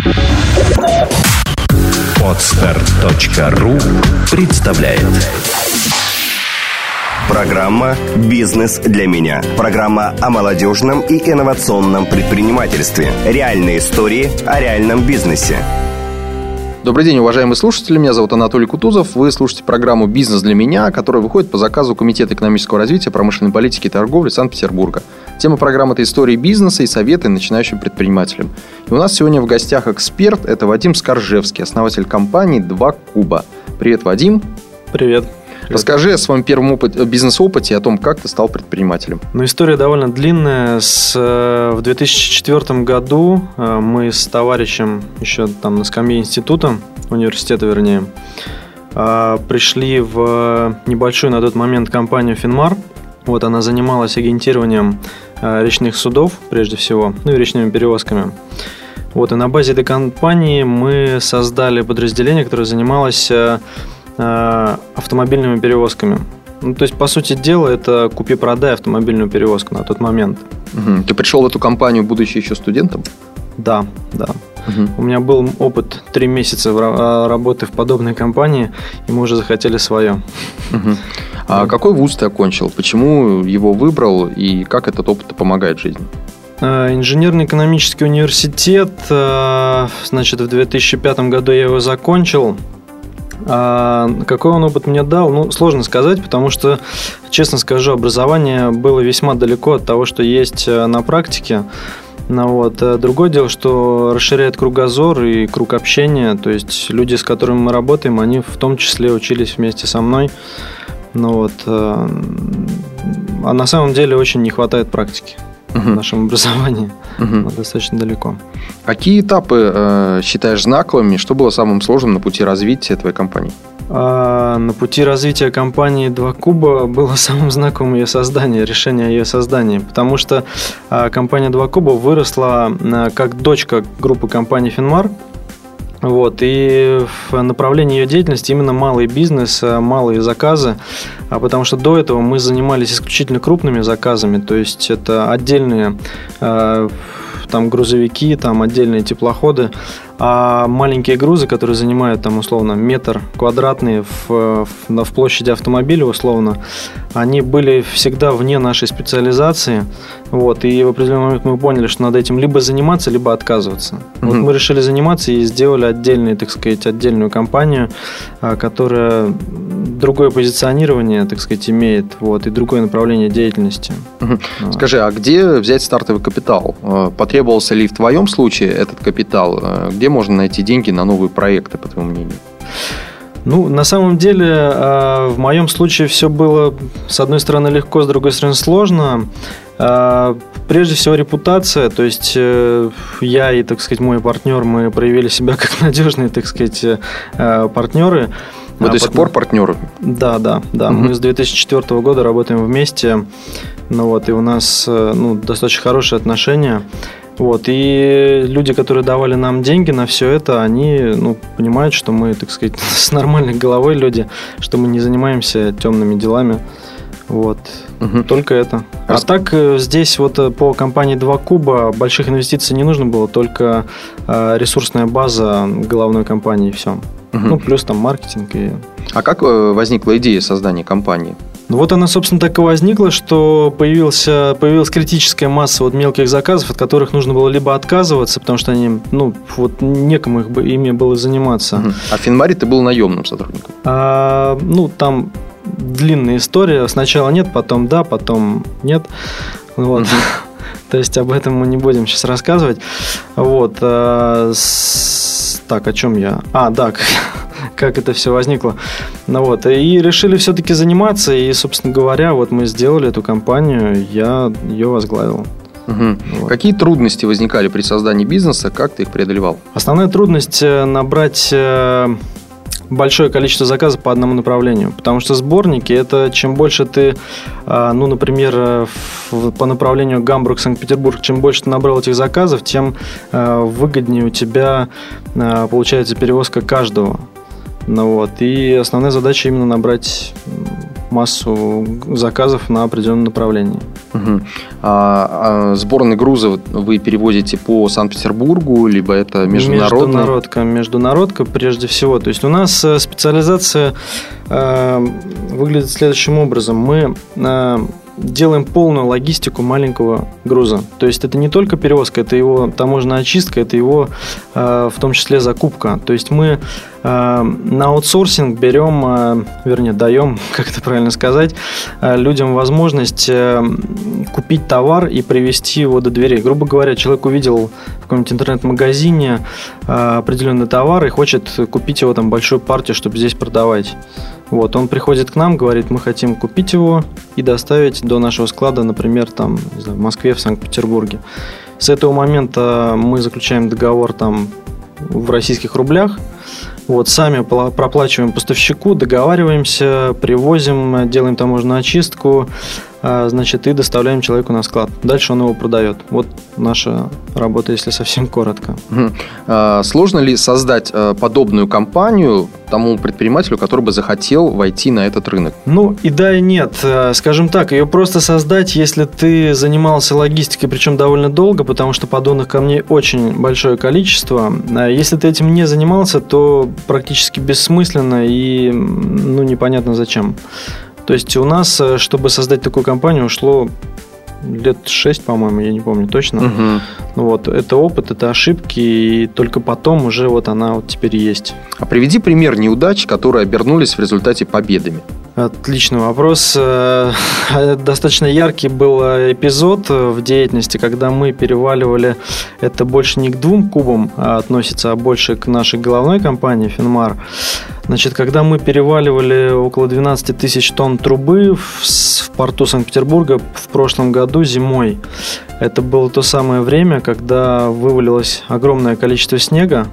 Podster.ru представляет. Программа «Бизнес для меня». Программа о молодежном и инновационном предпринимательстве. Реальные истории о реальном бизнесе. Добрый день, уважаемые слушатели. Меня зовут Анатолий Кутузов. Вы слушаете программу «Бизнес для меня», которая выходит по заказу Комитета экономического развития, промышленной политики и торговли Санкт-Петербурга. Тема программы – это истории бизнеса и советы начинающим предпринимателям. И у нас сегодня в гостях эксперт – это Вадим Скоржевский, основатель компании «Два Куба». Привет, Вадим. Привет. Расскажи о своем первом бизнес-опыте и о том, как ты стал предпринимателем. История довольно длинная. В 2004 году мы с товарищем еще там на скамье института, университета вернее, пришли в небольшую на тот момент компанию «Финмар». Вот она занималась агентированием речных судов, прежде всего, и речными перевозками. Вот, и на базе этой компании мы создали подразделение, которое занималось автомобильными перевозками. То есть, по сути дела, это купи-продай автомобильную перевозку на тот момент. Угу. Ты пришел в эту компанию, будучи еще студентом? Да. Угу. У меня был опыт 3 месяца работы в подобной компании, и мы уже захотели свое. Угу. А какой вуз ты окончил? Почему его выбрал и как этот опыт помогает жизни? Инженерно-экономический университет. Значит, в 2005 году я его закончил. Какой он опыт мне дал? Сложно сказать, потому что, честно скажу, образование было весьма далеко от того, что есть на практике. Другое дело, что расширяет кругозор и круг общения. То есть люди, с которыми мы работаем, они в том числе учились вместе со мной. А на самом деле очень не хватает практики в нашем образовании. Достаточно далеко. Какие этапы считаешь знаковыми? Что было самым сложным на пути развития твоей компании? На пути развития компании «Два Куба» было самым знаковым ее создание, решение о ее создании. Потому что компания «Два Куба» выросла как дочка группы компаний «Финмар». И в направлении ее деятельности именно малый бизнес, малые заказы, потому что до этого мы занимались исключительно крупными заказами, то есть это отдельные грузовики, отдельные теплоходы, а маленькие грузы, которые занимают условно метр квадратный в площади автомобиля условно, они были всегда вне нашей специализации. И в определенный момент мы поняли, что надо этим либо заниматься, либо отказываться. Мы решили заниматься и сделали отдельную компанию, которая другое позиционирование, имеет, и другое направление деятельности. Скажи, а где взять стартовый капитал? Потребовался ли в твоем случае этот капитал? Где можно найти деньги на новые проекты, по твоему мнению? На самом деле, в моем случае все было, с одной стороны, легко, с другой стороны, сложно. Прежде всего, репутация. То есть, я и, мой партнер, мы проявили себя как надежные, партнеры. Вы до сих пор партнеры? Да. Мы с 2004 года работаем вместе. И у нас достаточно хорошие отношения. И люди, которые давали нам деньги на все это, они понимают, что мы, с нормальной головой люди, что мы не занимаемся темными делами. Только это. А так здесь по компании «Два Куба» больших инвестиций не нужно было, только ресурсная база головной компании и все. Плюс маркетинг. А как возникла идея создания компании? Она, собственно, так и возникла, что появилась критическая масса мелких заказов, от которых нужно было либо отказываться, потому что они, некому ими было заниматься. А в «Финмаре» ты был наемным сотрудником? Там длинная история. Сначала нет, потом да, потом нет. То есть об этом мы не будем сейчас рассказывать. Так, о чем я? Как это все возникло. И решили все-таки заниматься. И, собственно говоря, мы сделали эту компанию, я ее возглавил. Какие трудности возникали при создании бизнеса? Как ты их преодолевал? Основная трудность – набрать большое количество заказов по одному направлению. Потому что сборники – это чем больше ты, например, по направлению Гамбург-Санкт-Петербург, чем больше ты набрал этих заказов, тем выгоднее у тебя получается перевозка каждого. И основная задача именно набрать массу заказов на определенном направлении. А сборные грузы вы перевозите по Санкт-Петербургу, либо это международная? Международка прежде всего. То есть у нас специализация выглядит следующим образом. Мы делаем полную логистику маленького груза. То есть это не только перевозка, это его таможенная очистка, это его в том числе закупка. То есть мы на аутсорсинг даем, как это правильно сказать, людям возможность купить товар и привезти его до дверей. Грубо говоря, человек увидел в каком-нибудь интернет-магазине определенный товар и хочет купить его большую партию, чтобы здесь продавать. Он приходит к нам, говорит, мы хотим купить его и доставить до нашего склада, например, в Москве, в Санкт-Петербурге. С этого момента мы заключаем договор в российских рублях. Сами проплачиваем поставщику, договариваемся, привозим, делаем таможенную очистку, и доставляем человеку на склад. Дальше он его продает. Наша работа, если совсем коротко. Сложно ли создать подобную компанию тому предпринимателю, который бы захотел войти на этот рынок? И да, и нет. Скажем так, ее просто создать, если ты занимался логистикой, причем довольно долго, потому что подобных камней очень большое количество. Если ты этим не занимался, то практически бессмысленно и непонятно зачем. То есть у нас, чтобы создать такую компанию, ушло лет 6, по-моему, я не помню точно. Это опыт, это ошибки, и только потом уже она теперь есть. А приведи пример неудач, которые обернулись в результате победами. Отличный вопрос. Достаточно яркий был эпизод в деятельности, когда мы переваливали, это больше не к 2 кубам относится, а больше к нашей головной компании «Финмар». Когда мы переваливали около 12 тысяч тонн трубы в порту Санкт-Петербурга в прошлом году зимой. Это было то самое время, когда вывалилось огромное количество снега.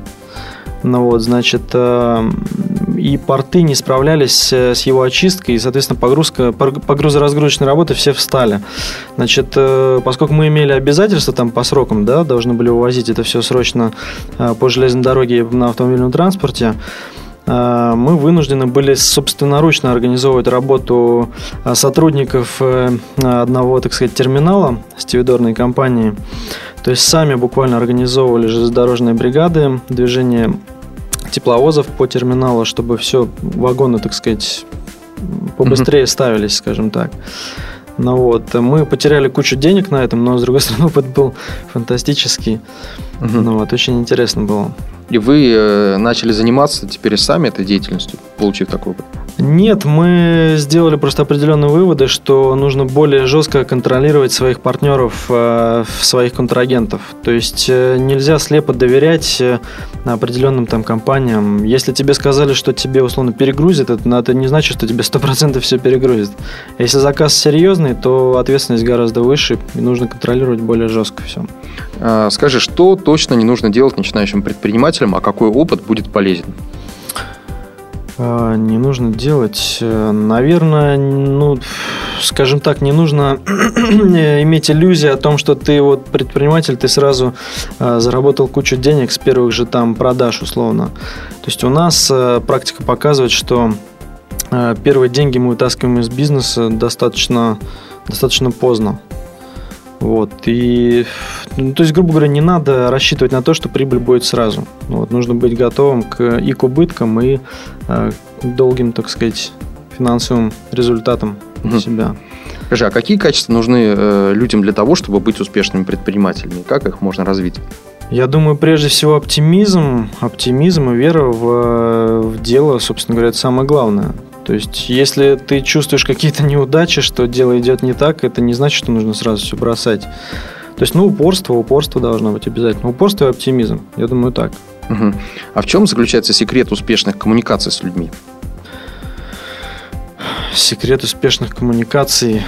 И порты не справлялись с его очисткой, и, соответственно, погрузо-разгрузочные работы все встали. Поскольку мы имели обязательства по срокам, должны были увозить это все срочно по железной дороге на автомобильном транспорте, мы вынуждены были собственноручно организовывать работу сотрудников одного, терминала стивидорной компании. То есть сами буквально организовывали железнодорожные бригады, движение тепловозов по терминалу, чтобы все вагоны, побыстрее ставились, скажем так. Мы потеряли кучу денег на этом, но, с другой стороны, опыт был фантастический. Очень интересно было. И вы начали заниматься теперь сами этой деятельностью, получив такой опыт? Нет, мы сделали просто определенные выводы, что нужно более жестко контролировать своих партнеров, своих контрагентов. То есть нельзя слепо доверять определенным компаниям. Если тебе сказали, что тебе условно перегрузят, это не значит, что тебе 100% все перегрузят. Если заказ серьезный, то ответственность гораздо выше, и нужно контролировать более жестко все. Скажи, что точно не нужно делать начинающим предпринимателям, а какой опыт будет полезен? Не нужно делать, наверное, скажем так, не нужно иметь иллюзии о том, что ты предприниматель, ты сразу заработал кучу денег с первых же продаж условно. То есть у нас практика показывает, что первые деньги мы вытаскиваем из бизнеса достаточно поздно. То есть, грубо говоря, не надо рассчитывать на то, что прибыль будет сразу. Нужно быть готовым и к убыткам, и к долгим, финансовым результатам себя. Скажи, а какие качества нужны людям для того, чтобы быть успешными предпринимателями? Как их можно развить? Я думаю, прежде всего оптимизм и вера в дело, собственно говоря, это самое главное. То есть, если ты чувствуешь какие-то неудачи, что дело идет не так, это не значит, что нужно сразу все бросать. То есть, упорство должно быть обязательно. Упорство и оптимизм, я думаю, так. А в чем заключается секрет успешных коммуникаций с людьми? Секрет успешных коммуникаций...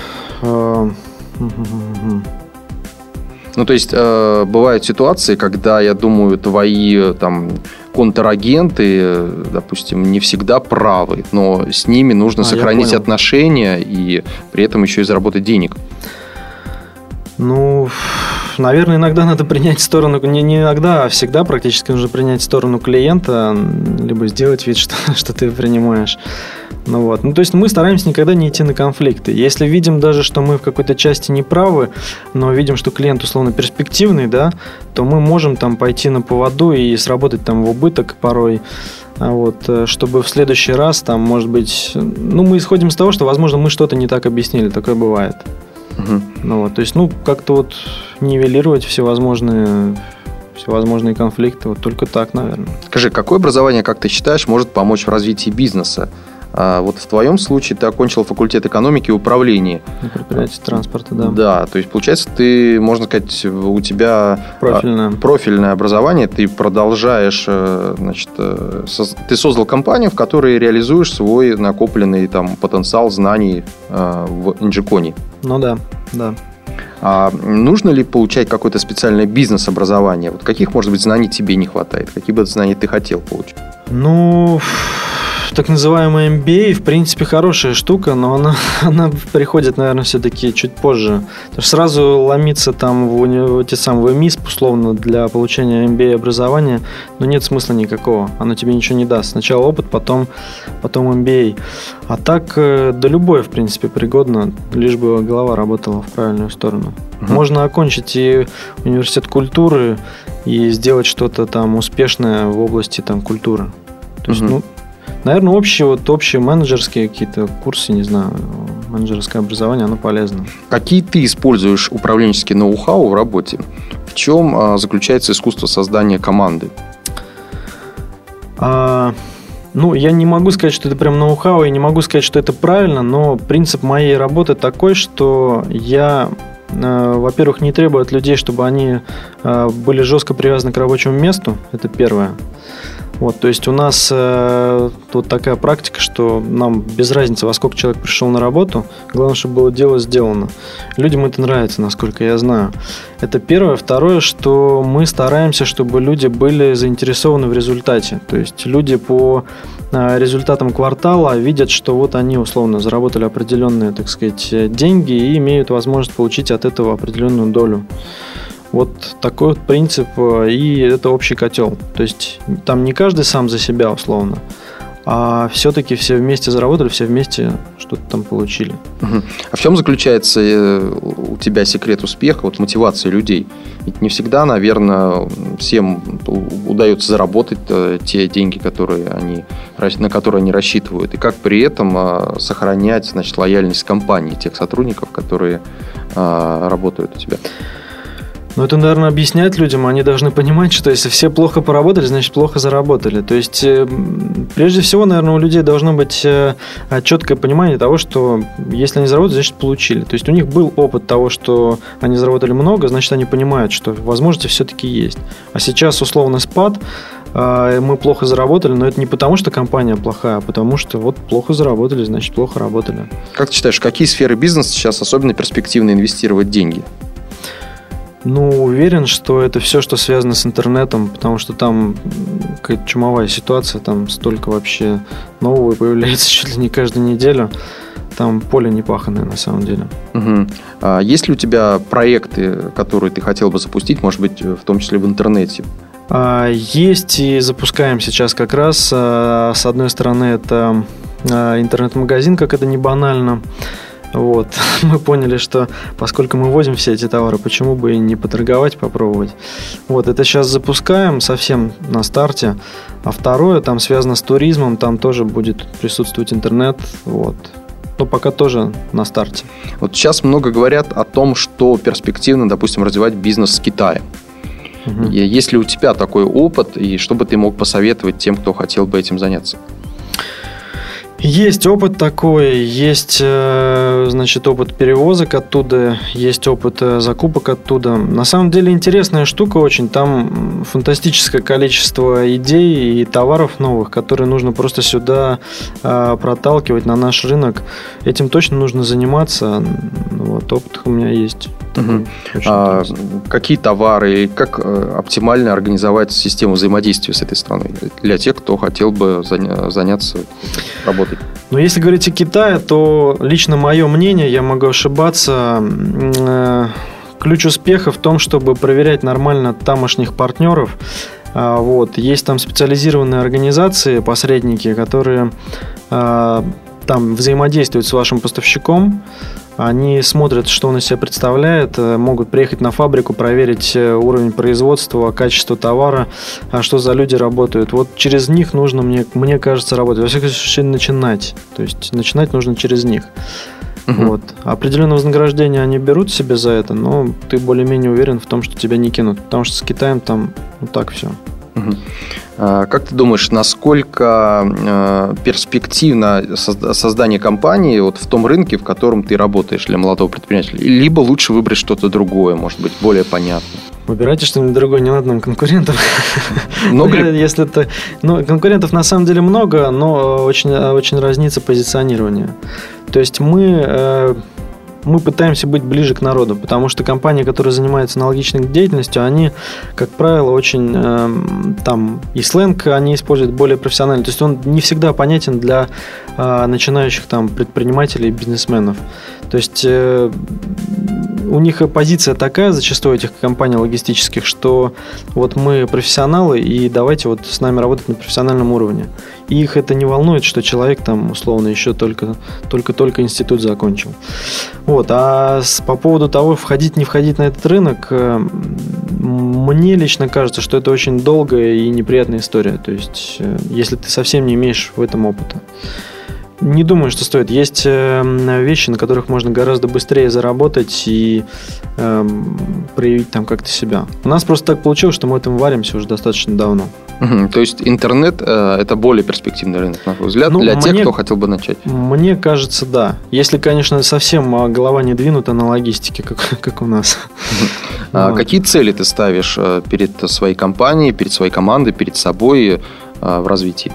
То есть, бывают ситуации, когда, я думаю, твои контрагенты, допустим, не всегда правы, но с ними нужно сохранить отношения и при этом еще и заработать денег. наверное, иногда надо принять сторону, не иногда, а всегда практически нужно принять сторону клиента, либо сделать вид, что ты принимаешь. То есть мы стараемся никогда не идти на конфликты. Если видим даже, что мы в какой-то части не правы, но видим, что клиент условно перспективный, да, то мы можем там пойти на поводу и сработать там в убыток порой. Чтобы в следующий раз, там, может быть, мы исходим из того, что, возможно, мы что-то не так объяснили, такое бывает. То есть, как-то нивелировать всевозможные конфликты, только так, наверное. Скажи, какое образование, как ты считаешь, может помочь в развитии бизнеса? В твоем случае ты окончил факультет экономики и управления. На предприятии транспорта, да. Да, то есть, получается, ты, можно сказать, у тебя профильное образование, ты продолжаешь, ты создал компанию, в которой реализуешь свой накопленный там потенциал знаний в Инжиконе. Да. А нужно ли получать какое-то специальное бизнес-образование? Каких, может быть, знаний тебе не хватает? Какие бы знаний ты хотел получить? Так называемый MBA, в принципе, хорошая штука, но она приходит, наверное, все-таки чуть позже. Потому что сразу ломиться там в эти самые МИСП, условно, для получения MBA образования, нет смысла никакого. Оно тебе ничего не даст. Сначала опыт, потом MBA. А так, да любое, в принципе, пригодно, лишь бы голова работала в правильную сторону. Можно окончить и университет культуры и сделать что-то там успешное в области там культуры. То есть, наверное, общие менеджерские какие-то курсы, не знаю, менеджерское образование, оно полезно. Какие ты используешь управленческие ноу-хау в работе? В чем заключается искусство создания команды? Я не могу сказать, что это прям ноу-хау, я не могу сказать, что это правильно, но принцип моей работы такой, что я, во-первых, не требую от людей, чтобы они были жестко привязаны к рабочему месту, это первое. То есть у нас тут такая практика, что нам без разницы, во сколько человек пришел на работу, главное, чтобы было дело сделано. Людям это нравится, насколько я знаю. Это первое. Второе, что мы стараемся, чтобы люди были заинтересованы в результате. То есть люди по результатам квартала видят, что они условно заработали определенные, так сказать, деньги и имеют возможность получить от этого определенную долю. Такой принцип, и это общий котел. То есть там не каждый сам за себя, условно, а все-таки все вместе заработали, все вместе что-то там получили. А в чем заключается у тебя секрет успеха, мотивации людей? Ведь не всегда, наверное, всем удается заработать те деньги, на которые они рассчитывают. И как при этом сохранять, лояльность компании, тех сотрудников, которые работают у тебя? Это, наверное, объяснять людям. Они должны понимать, что если все плохо поработали, значит, плохо заработали. То есть, прежде всего, наверное, у людей должно быть четкое понимание того, что если они заработали, значит, получили. То есть, у них был опыт того, что они заработали много, значит, они понимают, что возможности все-таки есть. А сейчас, условно, спад, мы плохо заработали, но это не потому, что компания плохая, а потому что плохо заработали, значит, плохо работали. Как ты считаешь, в какие сферы бизнеса сейчас особенно перспективно инвестировать деньги? Уверен, что это все, что связано с интернетом, потому что там какая-то чумовая ситуация, там столько вообще нового появляется чуть ли не каждую неделю. Там поле непаханное на самом деле. А есть ли у тебя проекты, которые ты хотел бы запустить, может быть, в том числе в интернете? Есть, и запускаем сейчас как раз. С одной стороны, это интернет-магазин, как это не банально. Мы поняли, что поскольку мы возим все эти товары, почему бы и не поторговать, попробовать. Это сейчас запускаем, совсем на старте. А второе, там связано с туризмом, там тоже будет присутствовать интернет. Но пока тоже на старте. Сейчас много говорят о том, что перспективно, допустим, развивать бизнес с Китаем. Есть ли у тебя такой опыт, и что бы ты мог посоветовать тем, кто хотел бы этим заняться? Есть опыт такой, есть, опыт перевозок оттуда, есть опыт закупок оттуда. На самом деле интересная штука очень, там фантастическое количество идей и товаров новых, которые нужно просто сюда проталкивать на наш рынок. Этим точно нужно заниматься, опыт у меня есть. Какие товары и как оптимально организовать систему взаимодействия с этой страной для тех, кто хотел бы заняться работой? Если говорить о Китае, то лично мое мнение, я могу ошибаться, ключ успеха в том, чтобы проверять нормально тамошних партнеров. Вот. Есть там специализированные организации, посредники, которые там взаимодействуют с вашим поставщиком. Они смотрят, что он из себя представляет, могут приехать на фабрику, проверить уровень производства, качество товара, что за люди работают. Вот через них нужно, мне кажется, работать. Во всяком случае, начинать. То есть начинать нужно через них. Вот. Определенное вознаграждение они берут себе за это, но ты более-менее уверен в том, что тебя не кинут. Потому что с Китаем там вот так все. Как ты думаешь, насколько перспективно создание компании вот в том рынке, в котором ты работаешь для молодого предпринимателя? Либо лучше выбрать что-то другое, может быть, более понятное? Выбирайте что-нибудь другое, не надо нам конкурентов. Много ли? Если это, конкурентов на самом деле много, но очень разнится позиционирование. То есть мы пытаемся быть ближе к народу, потому что компании, которые занимаются аналогичной деятельностью, они, как правило, очень там и сленг они используют более профессионально. То есть он не всегда понятен для начинающих там предпринимателей и бизнесменов. То есть у них позиция такая зачастую этих компаний логистических, что вот мы профессионалы, и давайте вот с нами работать на профессиональном уровне. И их это не волнует, что человек там условно еще только институт закончил. Вот. А по поводу того, входить, не входить на этот рынок, мне лично кажется, что это очень долгая и неприятная история. То есть, если ты совсем не имеешь в этом опыта. Не думаю, что стоит. Есть вещи, на которых можно гораздо быстрее заработать и проявить там как-то себя. У нас просто так получилось, что мы в этом варимся уже достаточно давно. То есть интернет – это более перспективный рынок, на твой взгляд, для тех, кто хотел бы начать? Мне кажется, да. Если, конечно, совсем голова не двинута на логистике, как у нас. Какие цели ты ставишь перед своей компанией, перед своей командой, перед собой в развитии?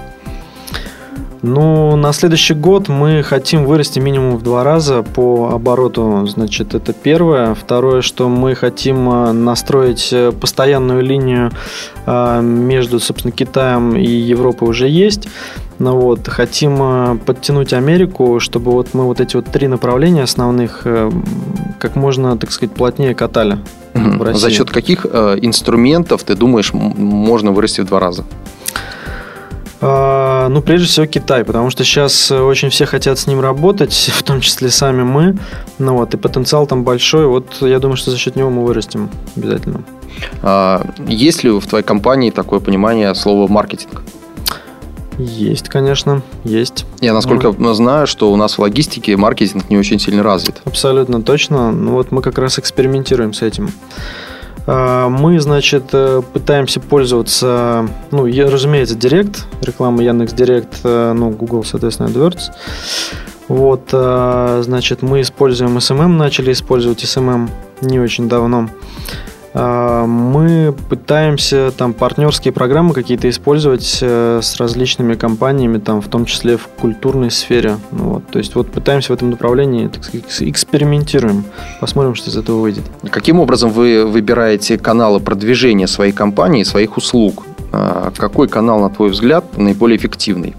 На следующий год мы хотим вырасти минимум в 2 раза по обороту. Значит, это первое. Второе, что мы хотим настроить постоянную линию между, собственно, Китаем и Европой уже есть. Хотим подтянуть Америку, чтобы вот мы вот эти вот 3 направления основных как можно, так сказать, плотнее катали в России. За счет каких инструментов, ты думаешь, можно вырасти в 2 раза? Прежде всего Китай, потому что сейчас очень все хотят с ним работать, в том числе сами мы. И потенциал там большой. Вот я думаю, что за счет него мы вырастем обязательно. Есть ли в твоей компании такое понимание слова маркетинг? Есть, конечно, есть. Я, насколько знаю, что у нас в логистике маркетинг не очень сильно развит. Абсолютно точно. Мы как раз экспериментируем с этим. Мы, значит, пытаемся пользоваться, разумеется, Директ, реклама Яндекс.Директ, Google, соответственно, AdWords. Значит, мы используем SMM, начали использовать SMM не очень давно. Мы пытаемся там партнерские программы какие-то использовать с различными компаниями, там, в том числе в культурной сфере. То есть пытаемся в этом направлении, так сказать, экспериментируем, посмотрим, что из этого выйдет. Каким образом вы выбираете каналы продвижения своей компании, своих услуг? Какой канал, на твой взгляд, наиболее эффективный?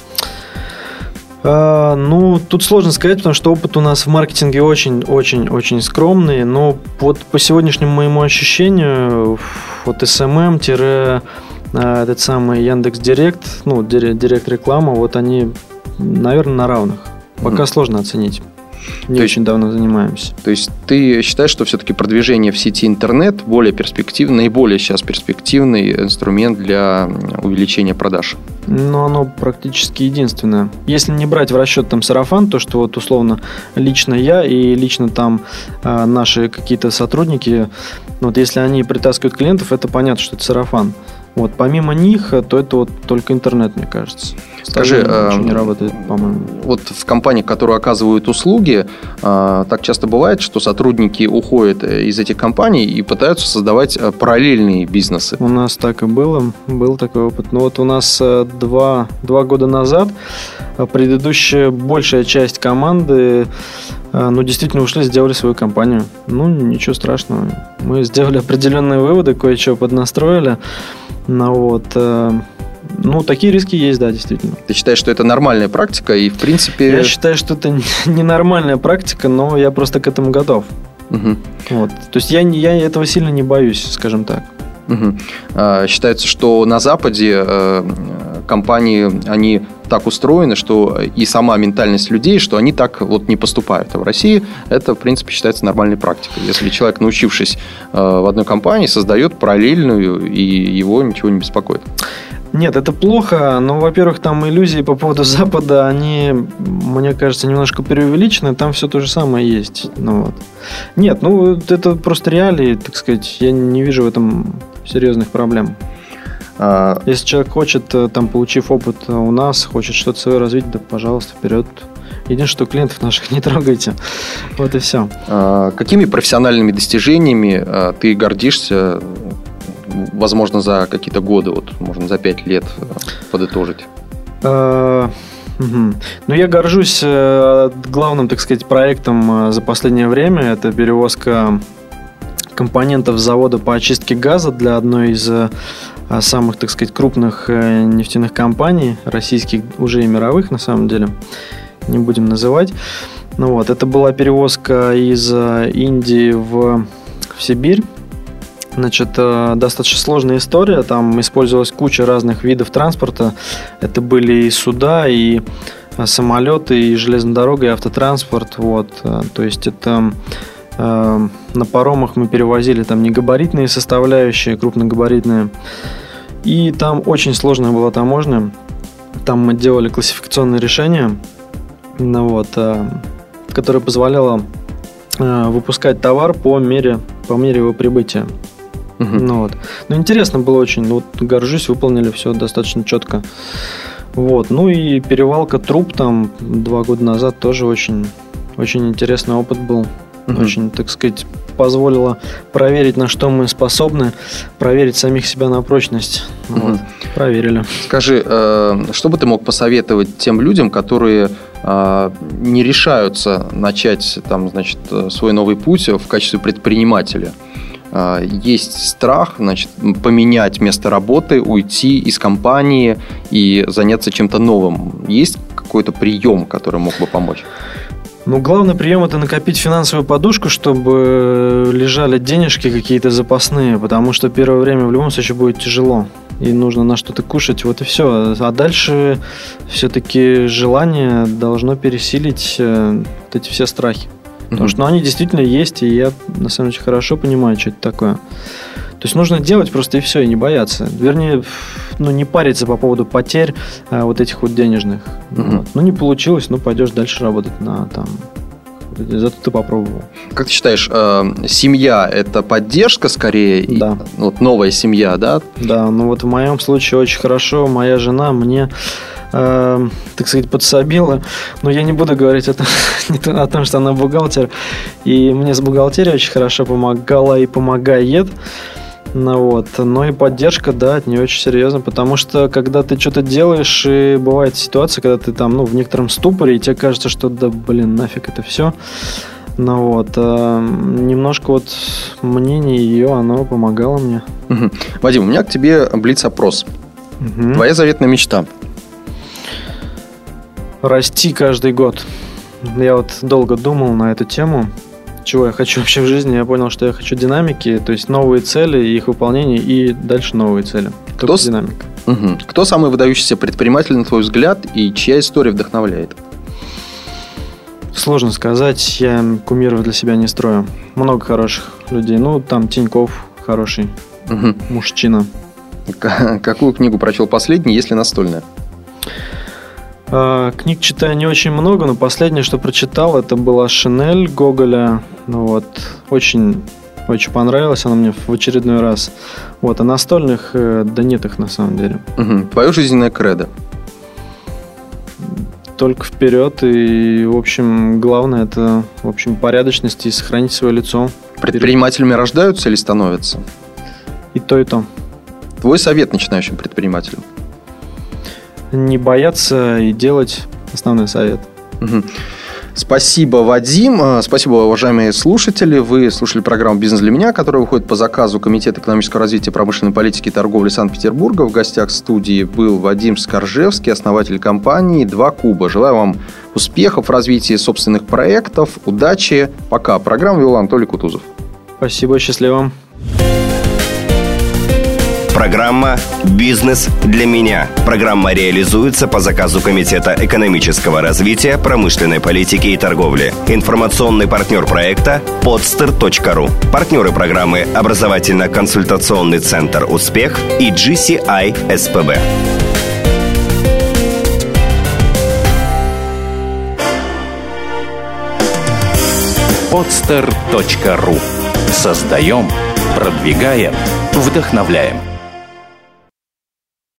Тут сложно сказать, потому что опыт у нас в маркетинге очень-очень-очень скромный, но вот по сегодняшнему моему ощущению, SMM- этот самый Яндекс.Директ, Директ-реклама, они, наверное, на равных. Пока сложно оценить. Не очень давно занимаемся. То есть ты считаешь, что все-таки продвижение в сети интернет наиболее сейчас перспективный инструмент для увеличения продаж? Оно практически единственное. Если не брать в расчет там сарафан, то что условно лично я и лично там наши какие-то сотрудники, если они притаскивают клиентов, это понятно, что это сарафан. Помимо них, то это только интернет, мне кажется. Скажи, не работает, по-моему. В компаниях, которые оказывают услуги, так часто бывает, что сотрудники уходят из этих компаний и пытаются создавать параллельные бизнесы. У нас так и было. Был такой опыт. У нас 2 года назад предыдущая большая часть команды действительно ушли, сделали свою компанию. Ничего страшного. Мы сделали определенные выводы, кое-что поднастроили. Такие риски есть, да, действительно. Ты считаешь, что это нормальная практика и, в принципе... Я считаю, что это не нормальная практика, но я просто к этому готов. Вот. То есть я этого сильно не боюсь, скажем так. Считается, что на Западе компании, они так устроены, что и сама ментальность людей, что они так вот не поступают. А в России это, в принципе, считается нормальной практикой. Если человек, научившись в одной компании, создает параллельную, и его ничего не беспокоит. Нет, это плохо, но, во-первых, там иллюзии по поводу Запада, они, мне кажется, немножко преувеличены, там все то же самое есть. Нет, это просто реалии, так сказать, я не вижу в этом серьезных проблем. Если человек хочет, там, получив опыт у нас, хочет что-то свое развить, да, пожалуйста, вперед. Единственное, что клиентов наших не трогайте. Вот и все. Какими профессиональными достижениями ты гордишься, возможно, за какие-то годы, можно за 5 лет подытожить? Я горжусь главным, так сказать, проектом за последнее время. Это перевозка компонентов завода по очистке газа для одной из самых, так сказать, крупных нефтяных компаний, российских, уже и мировых, на самом деле, не будем называть. Это была перевозка из Индии в Сибирь. Достаточно сложная история. Там использовалась куча разных видов транспорта. Это были и суда, и самолеты, и железная дорога, и автотранспорт. То есть это на паромах мы перевозили там негабаритные составляющие, крупногабаритные. И там очень сложная была таможня. Там мы делали классификационные решения, которое позволяло выпускать товар по мере его прибытия. Интересно было очень. Горжусь, выполнили все достаточно четко. И перевалка труб там 2 года назад тоже очень, очень интересный опыт был. Очень, так сказать, позволило проверить, на что мы способны, проверить самих себя на прочность. Проверили. Скажи, что бы ты мог посоветовать тем людям, которые не решаются начать свой новый путь в качестве предпринимателя? Есть страх, поменять место работы, уйти из компании и заняться чем-то новым. Есть какой-то прием, который мог бы помочь? Главный прием – это накопить финансовую подушку, чтобы лежали денежки какие-то запасные, потому что первое время в любом случае будет тяжело, и нужно на что-то кушать, вот и все. А дальше все-таки желание должно пересилить эти все страхи. Потому что они действительно есть, и я, на самом деле, хорошо понимаю, что это такое. То есть нужно делать просто и все, и не бояться. Вернее, не париться по поводу потерь этих денежных. Не получилось, пойдешь дальше работать зато ты попробовал. Как ты считаешь, семья – это поддержка скорее? Да. Новая семья, да? Да, в моем случае очень хорошо. Моя жена мне, так сказать, подсобила. Но я не буду говорить о том, что она бухгалтер. И мне с бухгалтерией очень хорошо помогала и помогает. Но и поддержка, да, от нее очень серьезно, потому что когда ты что-то делаешь, и бывает ситуация, когда ты там, в некотором ступоре, и тебе кажется, что нафиг это все. Немножко мнение ее, оно помогало мне. Вадим, у меня к тебе блиц-опрос. Твоя заветная мечта? Расти каждый год. Я долго думал на эту тему. Чего я хочу вообще в жизни, я понял, что я хочу динамики, то есть новые цели, их выполнение и дальше новые цели. Динамика. Кто самый выдающийся предприниматель, на твой взгляд, и чья история вдохновляет? Сложно сказать, я кумиров для себя не строю. Много хороших людей. Там Тиньков хороший, мужчина. Какую книгу прочел последний, если настольная? Книг читаю не очень много, но последнее, что прочитал, это была «Шинель» Гоголя. Очень, очень понравилась она мне в очередной раз. А настольных, да нет их на самом деле. Твое жизненное кредо? Только вперед. И, в общем, главное, это, порядочность и сохранить свое лицо. Предпринимателями рождаются или становятся? И то, и то. Твой совет начинающим предпринимателям? Не бояться и делать — основной совет. Спасибо, Вадим. Спасибо, уважаемые слушатели. Вы слушали программу «Бизнес для меня», которая выходит по заказу Комитета экономического развития, промышленной политики и торговли Санкт-Петербурга. В гостях студии был Вадим Скоржевский, основатель компании «Два Куба». Желаю вам успехов в развитии собственных проектов, удачи. Пока. Программу вел Анатолий Кутузов. Спасибо, счастливо. Программа «Бизнес для меня». Программа реализуется по заказу Комитета экономического развития, промышленной политики и торговли. Информационный партнер проекта – podster.ru. Партнеры программы – образовательно-консультационный центр «Успех» и GCI СПБ. podster.ru. Создаем, продвигаем, вдохновляем.